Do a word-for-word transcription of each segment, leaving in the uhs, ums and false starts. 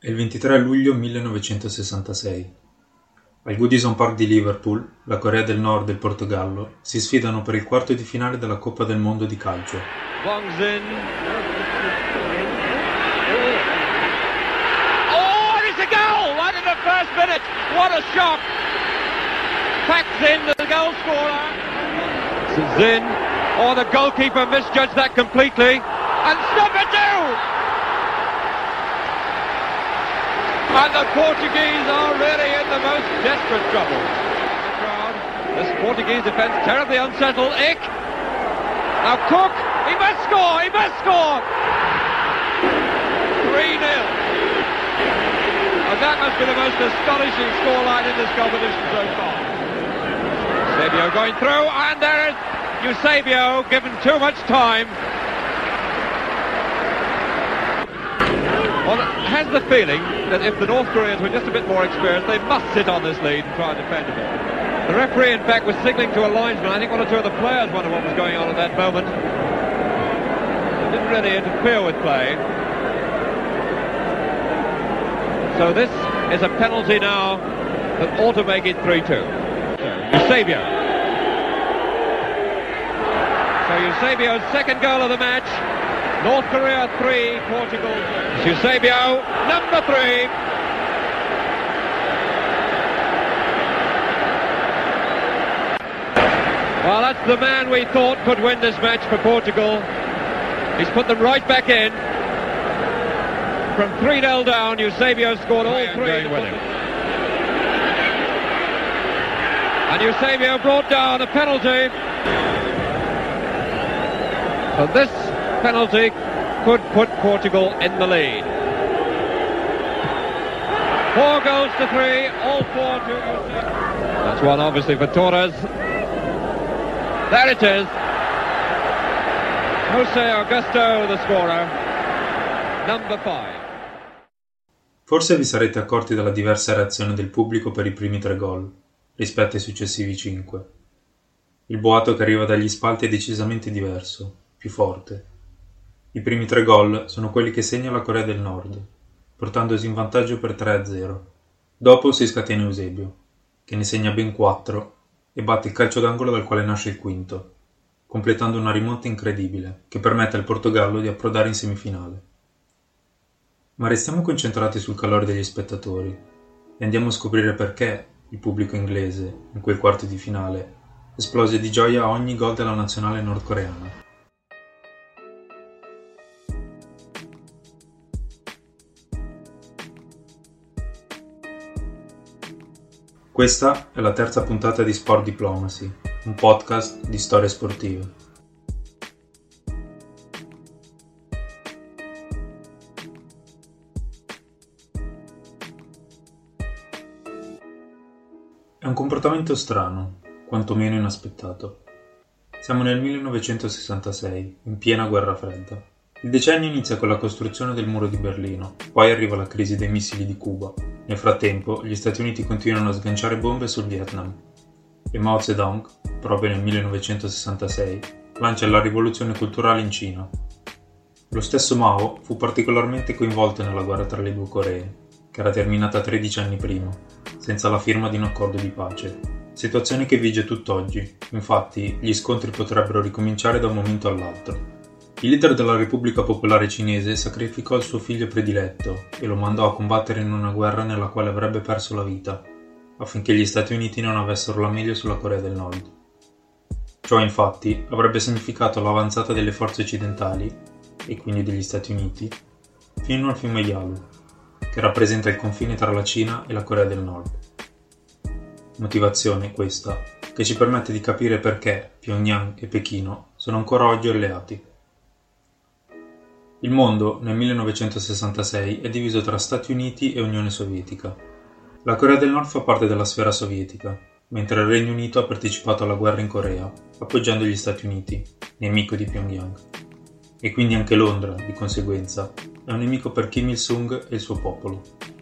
È il ventitré luglio millenovecentosessantasei. Al Goodison Park di Liverpool, la Corea del Nord e il Portogallo si sfidano per il quarto di finale della Coppa del Mondo di calcio. Wang Zin. Oh, it is a goal! Right in the first minute. What a shock! Packs in the goal scorer. Zin. Oh, the goalkeeper misjudged that completely. And number two! And the Portuguese are really in the most desperate trouble. The crowd, this Portuguese defence terribly unsettled. Ick. Now Cook, he must score, he must score. three nil. And that must be the most astonishing scoreline in this competition so far. Eusebio going through, and there is Eusebio given too much time. Well, has the feeling that if the North Koreans were just a bit more experienced, they must sit on this lead and try and defend a bit. The referee, in fact, was signalling to a linesman. I think one or two of the players wondered what was going on at that moment. They didn't really interfere with play. So this is a penalty now that ought to make it three two. Eusebio. So Eusebio's second goal of the match. North Korea three, Portugal two. Eusebio, number three. Well, that's the man we thought could win this match for Portugal. He's put them right back in. From three nil down, Eusebio scored all three. With him. And Eusebio brought down a penalty. So this penalty could put Portugal in the lead. Four goals to three, all four to Eusebio. That's one obviously for Torres. There it is. Jose Augusto, the scorer, number five. Forse vi sarete accorti della diversa reazione del pubblico per i primi tre gol, rispetto ai successivi cinque. Il boato che arriva dagli spalti è decisamente diverso, più forte. I primi tre gol sono quelli che segna la Corea del Nord, portandosi in vantaggio per tre a zero. Dopo si scatena Eusebio, che ne segna ben quattro e batte il calcio d'angolo dal quale nasce il quinto, completando una rimonta incredibile che permette al Portogallo di approdare in semifinale. Ma restiamo concentrati sul calore degli spettatori e andiamo a scoprire perché il pubblico inglese, in quel quarto di finale, esplose di gioia a ogni gol della nazionale nordcoreana. Questa è la terza puntata di Sport Diplomacy, un podcast di storie sportive. È un comportamento strano, quantomeno inaspettato. Siamo nel millenovecentosessantasei, in piena guerra fredda. Il decennio inizia con la costruzione del muro di Berlino, poi arriva la crisi dei missili di Cuba. Nel frattempo, gli Stati Uniti continuano a sganciare bombe sul Vietnam e Mao Zedong, proprio nel millenovecentosessantasei, lancia la rivoluzione culturale in Cina. Lo stesso Mao fu particolarmente coinvolto nella guerra tra le due Coree, che era terminata tredici anni prima, senza la firma di un accordo di pace. Situazione che vige tutt'oggi, infatti gli scontri potrebbero ricominciare da un momento all'altro. Il leader della Repubblica Popolare Cinese sacrificò il suo figlio prediletto e lo mandò a combattere in una guerra nella quale avrebbe perso la vita, affinché gli Stati Uniti non avessero la meglio sulla Corea del Nord. Ciò infatti avrebbe significato l'avanzata delle forze occidentali, e quindi degli Stati Uniti, fino al fiume Yalu, che rappresenta il confine tra la Cina e la Corea del Nord. Motivazione questa che ci permette di capire perché Pyongyang e Pechino sono ancora oggi alleati. Il mondo nel millenovecentosessantasei è diviso tra Stati Uniti e Unione Sovietica. La Corea del Nord fa parte della sfera sovietica, mentre il Regno Unito ha partecipato alla guerra in Corea, appoggiando gli Stati Uniti, nemico di Pyongyang. E quindi anche Londra, di conseguenza, è un nemico per Kim Il-sung e il suo popolo.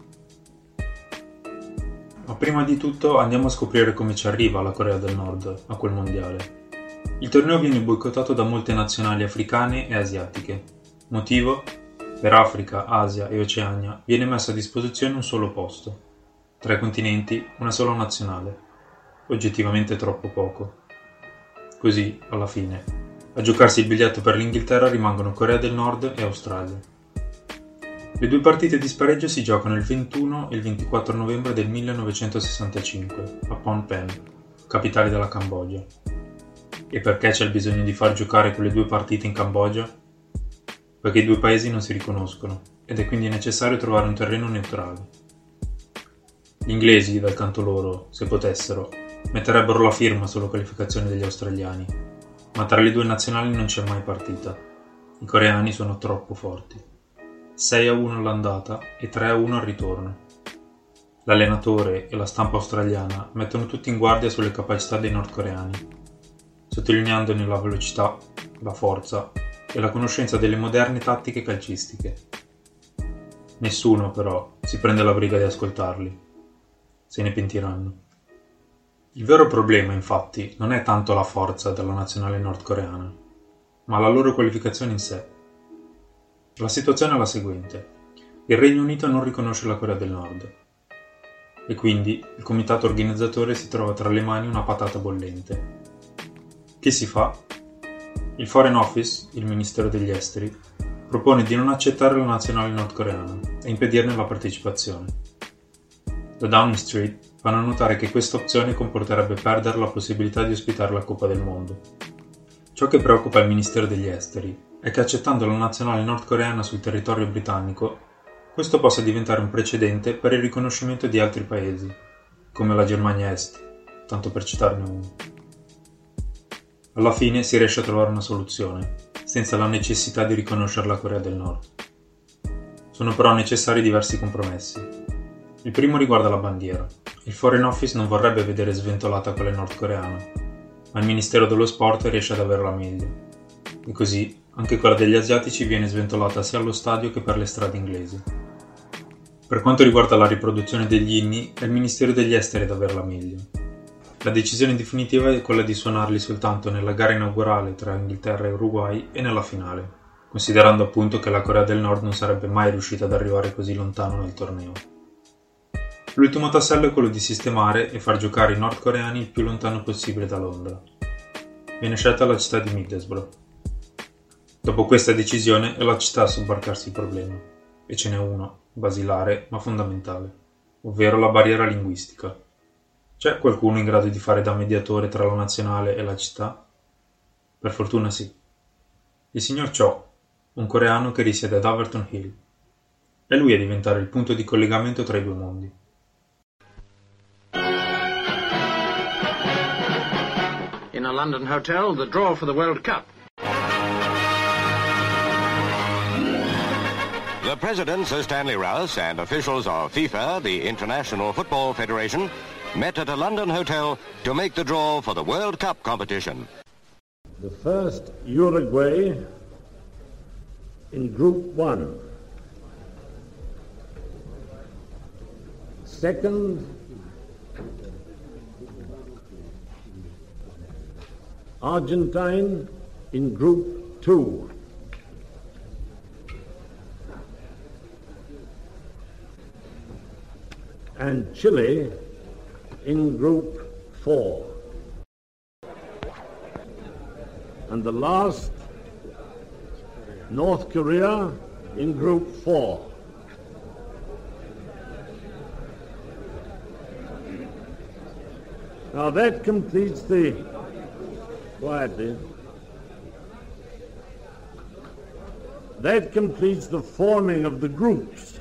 Ma prima di tutto andiamo a scoprire come ci arriva la Corea del Nord a quel mondiale. Il torneo viene boicottato da molte nazionali africane e asiatiche. Motivo? Per Africa, Asia e Oceania viene messo a disposizione un solo posto. Tra i continenti una sola nazionale. Oggettivamente troppo poco. Così, alla fine, a giocarsi il biglietto per l'Inghilterra rimangono Corea del Nord e Australia. Le due partite di spareggio si giocano il ventuno e il ventiquattro novembre del millenovecentosessantacinque a Phnom Penh, capitale della Cambogia. E perché c'è il bisogno di far giocare quelle due partite in Cambogia? Perché i due paesi non si riconoscono ed è quindi necessario trovare un terreno neutrale. Gli inglesi, dal canto loro, se potessero, metterebbero la firma sulla qualificazione degli australiani, ma tra le due nazionali non c'è mai partita. I coreani sono troppo forti. sei a uno all'andata e tre a uno al ritorno. L'allenatore e la stampa australiana mettono tutti in guardia sulle capacità dei nordcoreani, sottolineandone la velocità, la forza e la conoscenza delle moderne tattiche calcistiche. Nessuno, però, si prende la briga di ascoltarli. Se ne pentiranno. Il vero problema, infatti, non è tanto la forza della nazionale nordcoreana, ma la loro qualificazione in sé. La situazione è la seguente. Il Regno Unito non riconosce la Corea del Nord e quindi il comitato organizzatore si trova tra le mani una patata bollente. Che si fa? Il Foreign Office, il Ministero degli Esteri, propone di non accettare la nazionale nordcoreana e impedirne la partecipazione. Da Downing Street fanno notare che questa opzione comporterebbe perdere la possibilità di ospitare la Coppa del Mondo. Ciò che preoccupa il Ministero degli Esteri è che accettando la nazionale nordcoreana sul territorio britannico, questo possa diventare un precedente per il riconoscimento di altri paesi, come la Germania Est, tanto per citarne uno. Alla fine si riesce a trovare una soluzione, senza la necessità di riconoscere la Corea del Nord. Sono però necessari diversi compromessi. Il primo riguarda la bandiera. Il Foreign Office non vorrebbe vedere sventolata quella nordcoreana, ma il Ministero dello Sport riesce ad averla meglio. E così anche quella degli asiatici viene sventolata sia allo stadio che per le strade inglesi. Per quanto riguarda la riproduzione degli inni, è il Ministero degli Esteri ad averla meglio. La decisione definitiva è quella di suonarli soltanto nella gara inaugurale tra Inghilterra e Uruguay e nella finale, considerando appunto che la Corea del Nord non sarebbe mai riuscita ad arrivare così lontano nel torneo. L'ultimo tassello è quello di sistemare e far giocare i nordcoreani il più lontano possibile da Londra. Viene scelta la città di Middlesbrough. Dopo questa decisione è la città a sobbarcarsi il problema, e ce n'è uno, basilare ma fondamentale, ovvero la barriera linguistica. C'è qualcuno in grado di fare da mediatore tra la nazionale e la città? Per fortuna sì. Il signor Cho, un coreano che risiede ad Overton Hill. È lui a diventare il punto di collegamento tra i due mondi. In a London hotel, the draw for the World Cup. The President, Sir Stanley Rouse, and officials of FIFA, the International Football Federation, met at a London hotel to make the draw for the World Cup competition. The first, Uruguay, in Group one. Second, Argentine in Group two. And Chile in Group four. And the last, North Korea in Group four. Now that completes the, quietly, that completes the forming of the groups.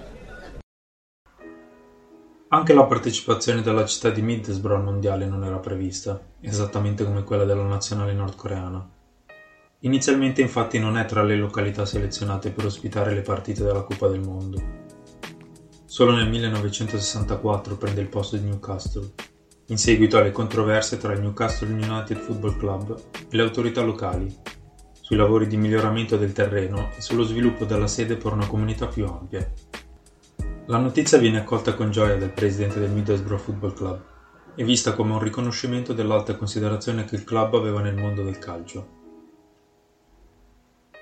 Anche la partecipazione della città di Middlesbrough al mondiale non era prevista, esattamente come quella della nazionale nordcoreana. Inizialmente infatti non è tra le località selezionate per ospitare le partite della Coppa del Mondo. Solo nel millenovecentosessantaquattro prende il posto di Newcastle, in seguito alle controversie tra il Newcastle United Football Club e le autorità locali, sui lavori di miglioramento del terreno e sullo sviluppo della sede per una comunità più ampia. La notizia viene accolta con gioia dal presidente del Middlesbrough Football Club e vista come un riconoscimento dell'alta considerazione che il club aveva nel mondo del calcio.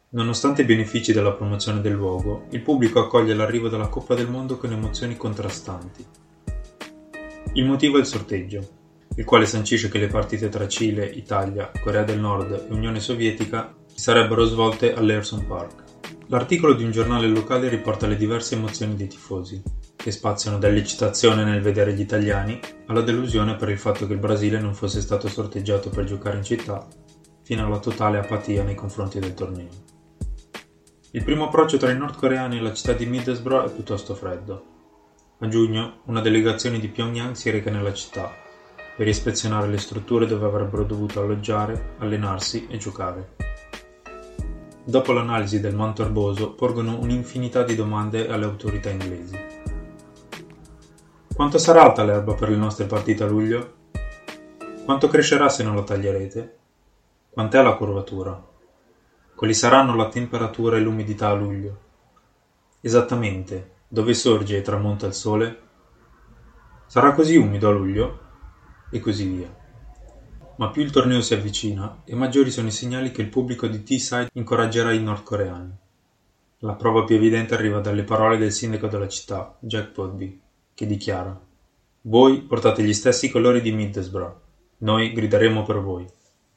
Nonostante i benefici della promozione del luogo, il pubblico accoglie l'arrivo della Coppa del Mondo con emozioni contrastanti. Il motivo è il sorteggio, il quale sancisce che le partite tra Cile, Italia, Corea del Nord e Unione Sovietica si sarebbero svolte all'Herson Park. L'articolo di un giornale locale riporta le diverse emozioni dei tifosi, che spaziano dall'eccitazione nel vedere gli italiani alla delusione per il fatto che il Brasile non fosse stato sorteggiato per giocare in città, fino alla totale apatia nei confronti del torneo. Il primo approccio tra i nordcoreani e la città di Middlesbrough è piuttosto freddo. A giugno, una delegazione di Pyongyang si reca nella città per ispezionare le strutture dove avrebbero dovuto alloggiare, allenarsi e giocare. Dopo l'analisi del manto erboso, porgono un'infinità di domande alle autorità inglesi. Quanto sarà alta l'erba per le nostre partite a luglio? Quanto crescerà se non la taglierete? Quant'è la curvatura? Quali saranno la temperatura e l'umidità a luglio? Esattamente, dove sorge e tramonta il sole? Sarà così umido a luglio? E così via. Ma più il torneo si avvicina e maggiori sono i segnali che il pubblico di Teesside incoraggerà i nordcoreani. La prova più evidente arriva dalle parole del sindaco della città, Jack Podby, che dichiara: «Voi portate gli stessi colori di Middlesbrough, noi grideremo per voi».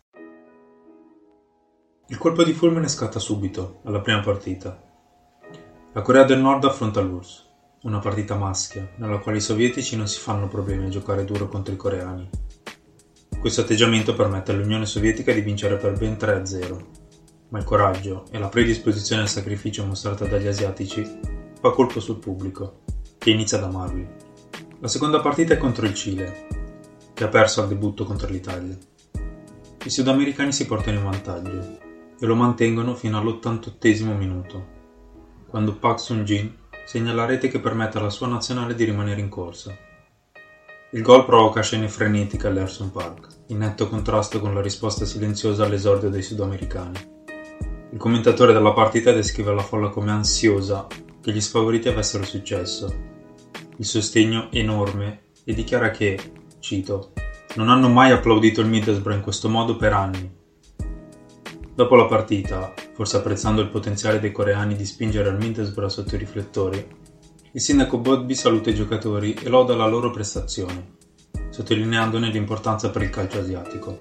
Il colpo di fulmine scatta subito, alla prima partita. La Corea del Nord affronta l'U R S S, una partita maschia, nella quale i sovietici non si fanno problemi a giocare duro contro i coreani. Questo atteggiamento permette all'Unione Sovietica di vincere per ben tre a zero, ma il coraggio e la predisposizione al sacrificio mostrata dagli asiatici fa colpo sul pubblico, che inizia ad amarli. La seconda partita è contro il Cile, che ha perso al debutto contro l'Italia. I sudamericani si portano in vantaggio e lo mantengono fino all'ottantottesimo minuto, quando Park Sung-jin segna la rete che permette alla sua nazionale di rimanere in corsa. Il gol provoca scene frenetiche all'Herson Park, in netto contrasto con la risposta silenziosa all'esordio dei sudamericani. Il commentatore della partita descrive la folla come ansiosa che gli sfavoriti avessero successo, il sostegno enorme, e dichiara che, cito, «non hanno mai applaudito il Middlesbrough in questo modo per anni». Dopo la partita, forse apprezzando il potenziale dei coreani di spingere il Middlesbrough sotto i riflettori, il sindaco Podby saluta i giocatori e loda la loro prestazione, sottolineandone l'importanza per il calcio asiatico.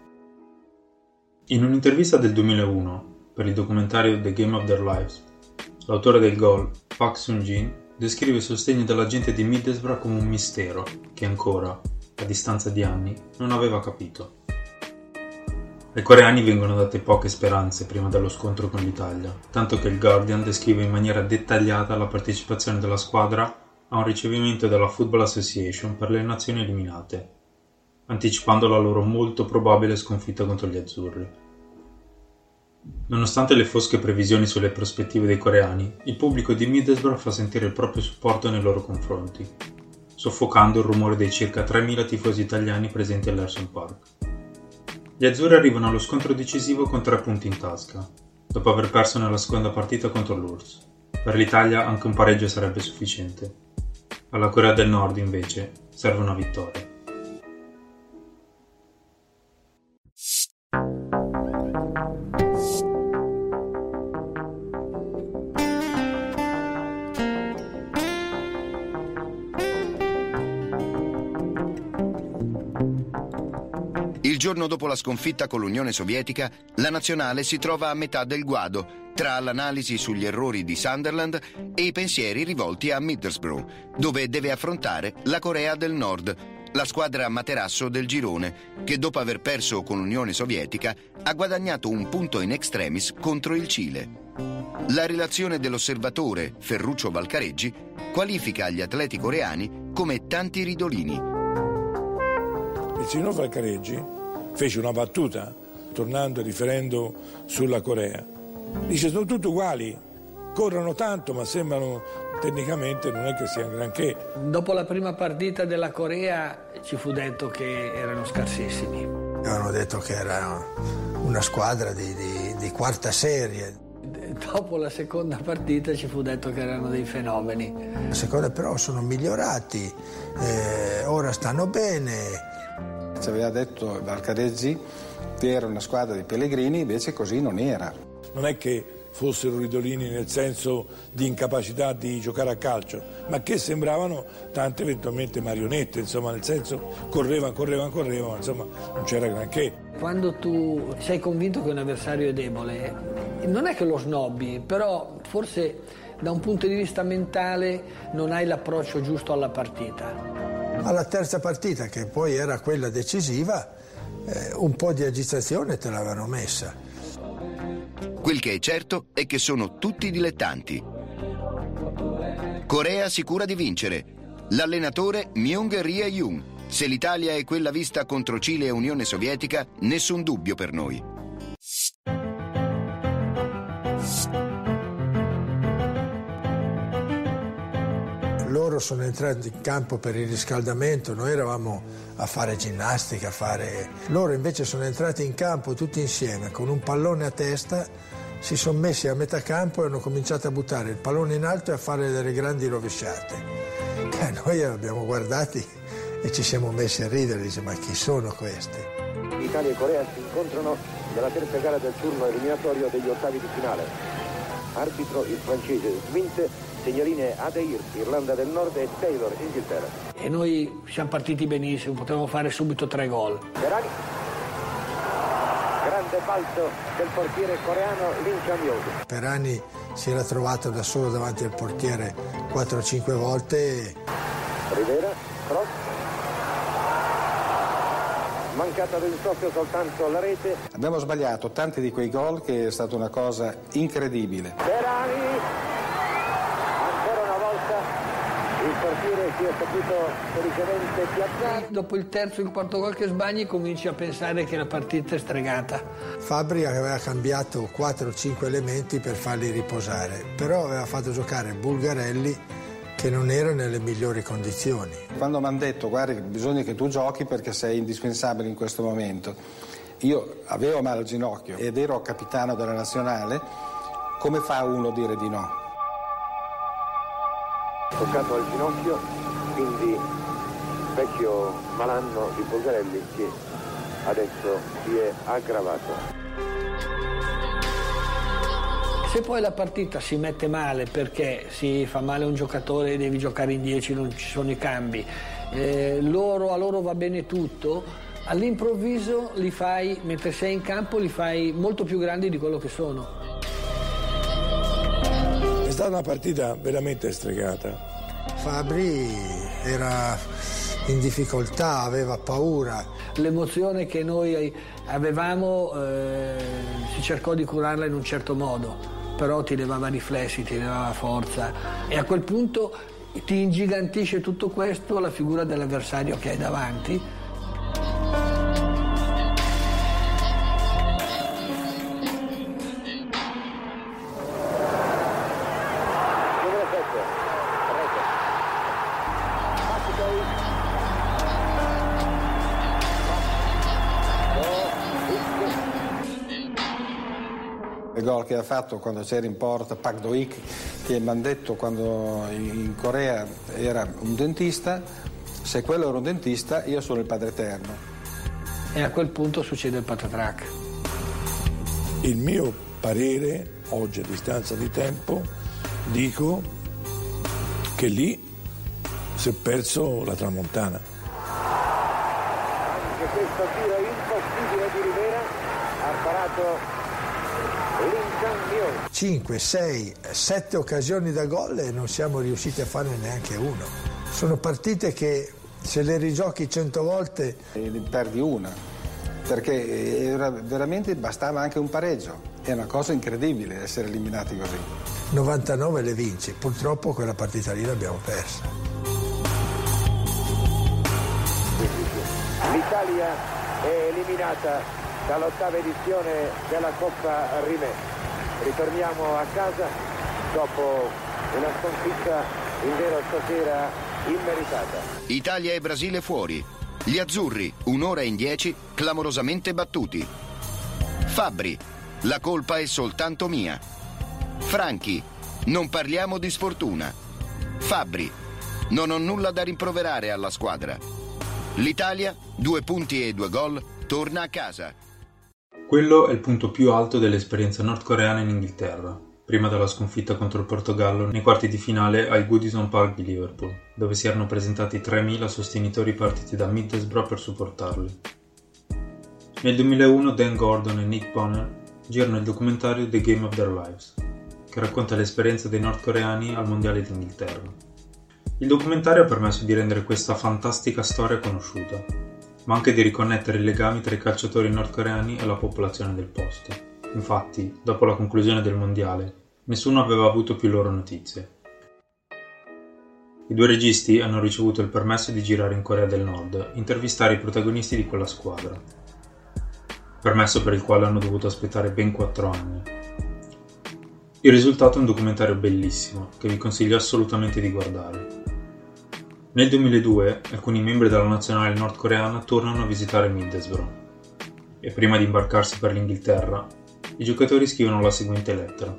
In un'intervista del duemilauno, per il documentario The Game of Their Lives, l'autore del gol, Park Sung-jin, descrive il sostegno della gente di Middlesbrough come un mistero che ancora, a distanza di anni, non aveva capito. Ai coreani vengono date poche speranze prima dello scontro con l'Italia, tanto che il Guardian descrive in maniera dettagliata la partecipazione della squadra a un ricevimento della Football Association per le nazioni eliminate, anticipando la loro molto probabile sconfitta contro gli azzurri. Nonostante le fosche previsioni sulle prospettive dei coreani, il pubblico di Middlesbrough fa sentire il proprio supporto nei loro confronti, soffocando il rumore dei circa tremila tifosi italiani presenti all'Herson Park. Gli azzurri arrivano allo scontro decisivo con tre punti in tasca, dopo aver perso nella seconda partita contro l'U R S S. Per l'Italia anche un pareggio sarebbe sufficiente. Alla Corea del Nord, invece, serve una vittoria. Il giorno dopo la sconfitta con l'Unione Sovietica, la nazionale si trova a metà del guado, tra l'analisi sugli errori di Sunderland e i pensieri rivolti a Middlesbrough, dove deve affrontare la Corea del Nord, la squadra materasso del girone, che dopo aver perso con l'Unione Sovietica ha guadagnato un punto in extremis contro il Cile. La relazione dell'osservatore Ferruccio Valcareggi qualifica gli atleti coreani come tanti ridolini. Il signor Valcareggi fece una battuta, tornando e riferendo sulla Corea. Dice, sono tutti uguali, corrono tanto ma sembrano tecnicamente non è che siano granché. Dopo la prima partita della Corea ci fu detto che erano scarsissimi. Avevano detto che era una squadra di, di, di quarta serie. Dopo la seconda partita ci fu detto che erano dei fenomeni. La seconda però sono migliorati, eh, ora stanno bene. Ci aveva detto Valcareggi che era una squadra di pellegrini, invece così non era. Non è che fossero ridolini nel senso di incapacità di giocare a calcio, ma che sembravano tante eventualmente marionette, insomma, nel senso correvano, correvano, correvano, ma insomma non c'era granché. Quando tu sei convinto che un avversario è debole, non è che lo snobbi, però forse da un punto di vista mentale non hai l'approccio giusto alla partita. Alla terza partita, che poi era quella decisiva, eh, un po' di agitazione te l'avevano messa. Quel che è certo è che sono tutti dilettanti. Corea sicura di vincere. L'allenatore Myung-Rie Jung. Se l'Italia è quella vista contro Cile e Unione Sovietica, nessun dubbio per noi. Loro sono entrati in campo per il riscaldamento, noi eravamo a fare ginnastica, a fare... Loro invece sono entrati in campo tutti insieme con un pallone a testa, si sono messi a metà campo e hanno cominciato a buttare il pallone in alto e a fare delle grandi rovesciate. E noi abbiamo guardati e ci siamo messi a ridere, dice, ma chi sono questi? Italia e Corea si incontrano nella terza gara del turno eliminatorio degli ottavi di finale. Arbitro il francese Smint, segnaline Adair, Irlanda del Nord, e Taylor, Inghilterra. E noi siamo partiti benissimo, potevamo fare subito tre gol. Perani, grande balzo del portiere coreano Lim Chang-yong. Perani si era trovato da solo davanti al portiere quattro o cinque volte. Rivera, cross. Mancata del soffio soltanto la rete. Abbiamo sbagliato tanti di quei gol che è stata una cosa incredibile. Perani, ancora una volta il portiere si è saputo felicemente piazzare. Dopo il terzo e il quarto gol che sbagli cominci a pensare che la partita è stregata. Fabbri aveva cambiato quattro o cinque elementi per farli riposare, però aveva fatto giocare Bulgarelli che non era nelle migliori condizioni. Quando mi hanno detto, guarda, bisogna che tu giochi perché sei indispensabile in questo momento, io avevo male al ginocchio ed ero capitano della nazionale, come fa uno a dire di no? Toccato al ginocchio, quindi vecchio malanno di Bulgarelli che adesso si è aggravato. Se poi la partita si mette male perché si fa male un giocatore e devi giocare in dieci, non ci sono i cambi, eh, loro, a loro va bene tutto, all'improvviso li fai, mentre sei in campo, li fai molto più grandi di quello che sono. È stata una partita veramente stregata. Fabbri era in difficoltà, aveva paura. L'emozione che noi avevamo eh, si cercò di curarla in un certo modo, però ti levava riflessi, ti levava forza, e a quel punto ti ingigantisce tutto questo la figura dell'avversario che hai davanti. Il gol che ha fatto quando c'era in porta Pak Do-ik, che mi hanno detto quando in Corea era un dentista, se quello era un dentista io sono il Padre Eterno. E a quel punto succede il patatrac. Il mio parere, oggi a distanza di tempo, dico che lì si è perso la tramontana. Anche questo tiro impossibile di Rivera ha parato cinque, sei, sette occasioni da gol e non siamo riusciti a farne neanche uno. Sono partite che se le rigiochi cento volte e ne perdi una, perché era veramente bastava anche un pareggio. È una cosa incredibile essere eliminati così. novantanove le vinci, purtroppo quella partita lì l'abbiamo persa. L'Italia è eliminata dall'ottava edizione della Coppa Rimè. Ritorniamo a casa dopo una sconfitta invero stasera immeritata. Italia e Brasile fuori. Gli azzurri, un'ora in dieci, clamorosamente battuti. Fabbri, la colpa è soltanto mia. Franchi, non parliamo di sfortuna. Fabbri, non ho nulla da rimproverare alla squadra. L'Italia, due punti e due gol, torna a casa. Quello è il punto più alto dell'esperienza nordcoreana in Inghilterra. prima della sconfitta contro il Portogallo nei quarti di finale al Goodison Park di Liverpool, dove si erano presentati tremila sostenitori partiti da Middlesbrough per supportarli. Nel duemilauno Dan Gordon e Nick Bonner girano il documentario The Game of Their Lives, che racconta l'esperienza dei nordcoreani al Mondiale d'Inghilterra. Il documentario ha permesso di rendere questa fantastica storia conosciuta, ma anche di riconnettere i legami tra i calciatori nordcoreani e la popolazione del posto. Infatti, dopo la conclusione del Mondiale, nessuno aveva avuto più loro notizie. I due registi hanno ricevuto il permesso di girare in Corea del Nord, intervistare i protagonisti di quella squadra, permesso per il quale hanno dovuto aspettare ben quattro anni. Il risultato è un documentario bellissimo, che vi consiglio assolutamente di guardare. Nel duemiladue, alcuni membri della nazionale nordcoreana tornano a visitare Middlesbrough, e prima di imbarcarsi per l'Inghilterra, i giocatori scrivono la seguente lettera.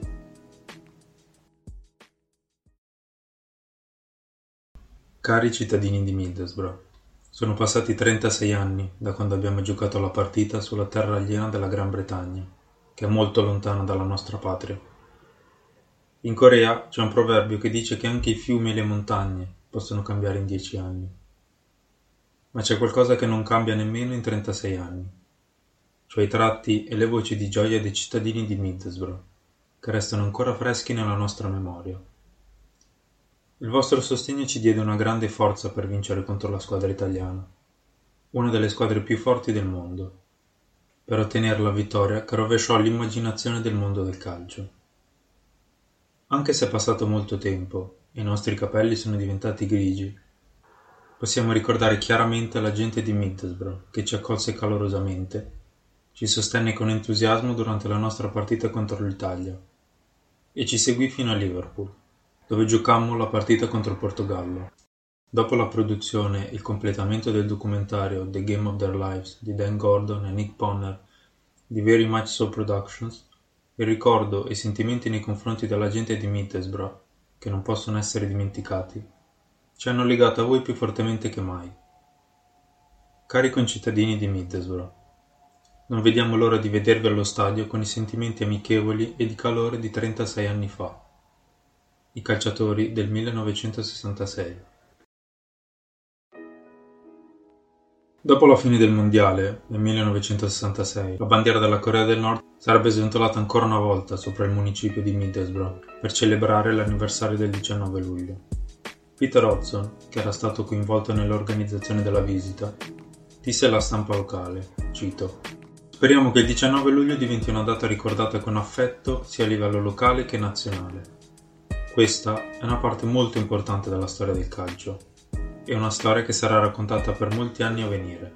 Cari cittadini di Middlesbrough, sono passati trentasei anni da quando abbiamo giocato la partita sulla terra aliena della Gran Bretagna, che è molto lontana dalla nostra patria. In Corea c'è un proverbio che dice che anche i fiumi e le montagne possono cambiare in dieci anni. Ma c'è qualcosa che non cambia nemmeno in trentasei anni, cioè i tratti e le voci di gioia dei cittadini di Middlesbrough, che restano ancora freschi nella nostra memoria. Il vostro sostegno ci diede una grande forza per vincere contro la squadra italiana, una delle squadre più forti del mondo, per ottenere la vittoria che rovesciò l'immaginazione del mondo del calcio. Anche se è passato molto tempo e i nostri capelli sono diventati grigi, possiamo ricordare chiaramente la gente di Middlesbrough che ci accolse calorosamente, ci sostenne con entusiasmo durante la nostra partita contro l'Italia e ci seguì fino a Liverpool, dove giocammo la partita contro il Portogallo. Dopo la produzione e il completamento del documentario The Game of Their Lives di Dan Gordon e Nick Bonner di Very Much So Productions, il ricordo e i sentimenti nei confronti della gente di Middlesbrough, che non possono essere dimenticati, ci hanno legato a voi più fortemente che mai. Cari concittadini di Middlesbrough, non vediamo l'ora di vedervi allo stadio con i sentimenti amichevoli e di calore di trentasei anni fa. I calciatori del millenovecentosessantasei. Dopo la fine del mondiale, nel millenovecentosessantasei, la bandiera della Corea del Nord sarebbe sventolata ancora una volta sopra il municipio di Middlesbrough per celebrare l'anniversario del diciannove luglio. Peter Hodgson, che era stato coinvolto nell'organizzazione della visita, disse alla stampa locale, cito: «Speriamo che il diciannove luglio diventi una data ricordata con affetto sia a livello locale che nazionale. Questa è una parte molto importante della storia del calcio, e una storia che sarà raccontata per molti anni a venire».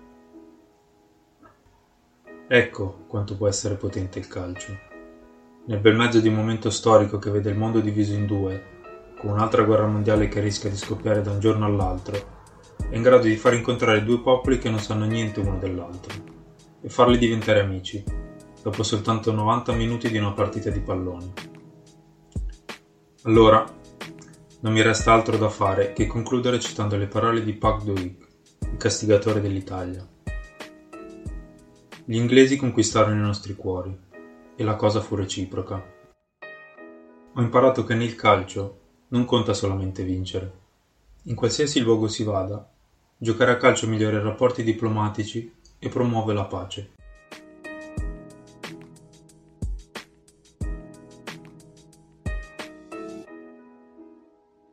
Ecco quanto può essere potente il calcio. Nel bel mezzo di un momento storico che vede il mondo diviso in due, con un'altra guerra mondiale che rischia di scoppiare da un giorno all'altro, è in grado di far incontrare due popoli che non sanno niente uno dell'altro, e farli diventare amici, dopo soltanto novanta minuti di una partita di pallone. Allora, non mi resta altro da fare che concludere citando le parole di Pak Do-ik, il castigatore dell'Italia. Gli inglesi conquistarono i nostri cuori, e la cosa fu reciproca. Ho imparato che nel calcio non conta solamente vincere. In qualsiasi luogo si vada, giocare a calcio migliora i rapporti diplomatici e promuove la pace.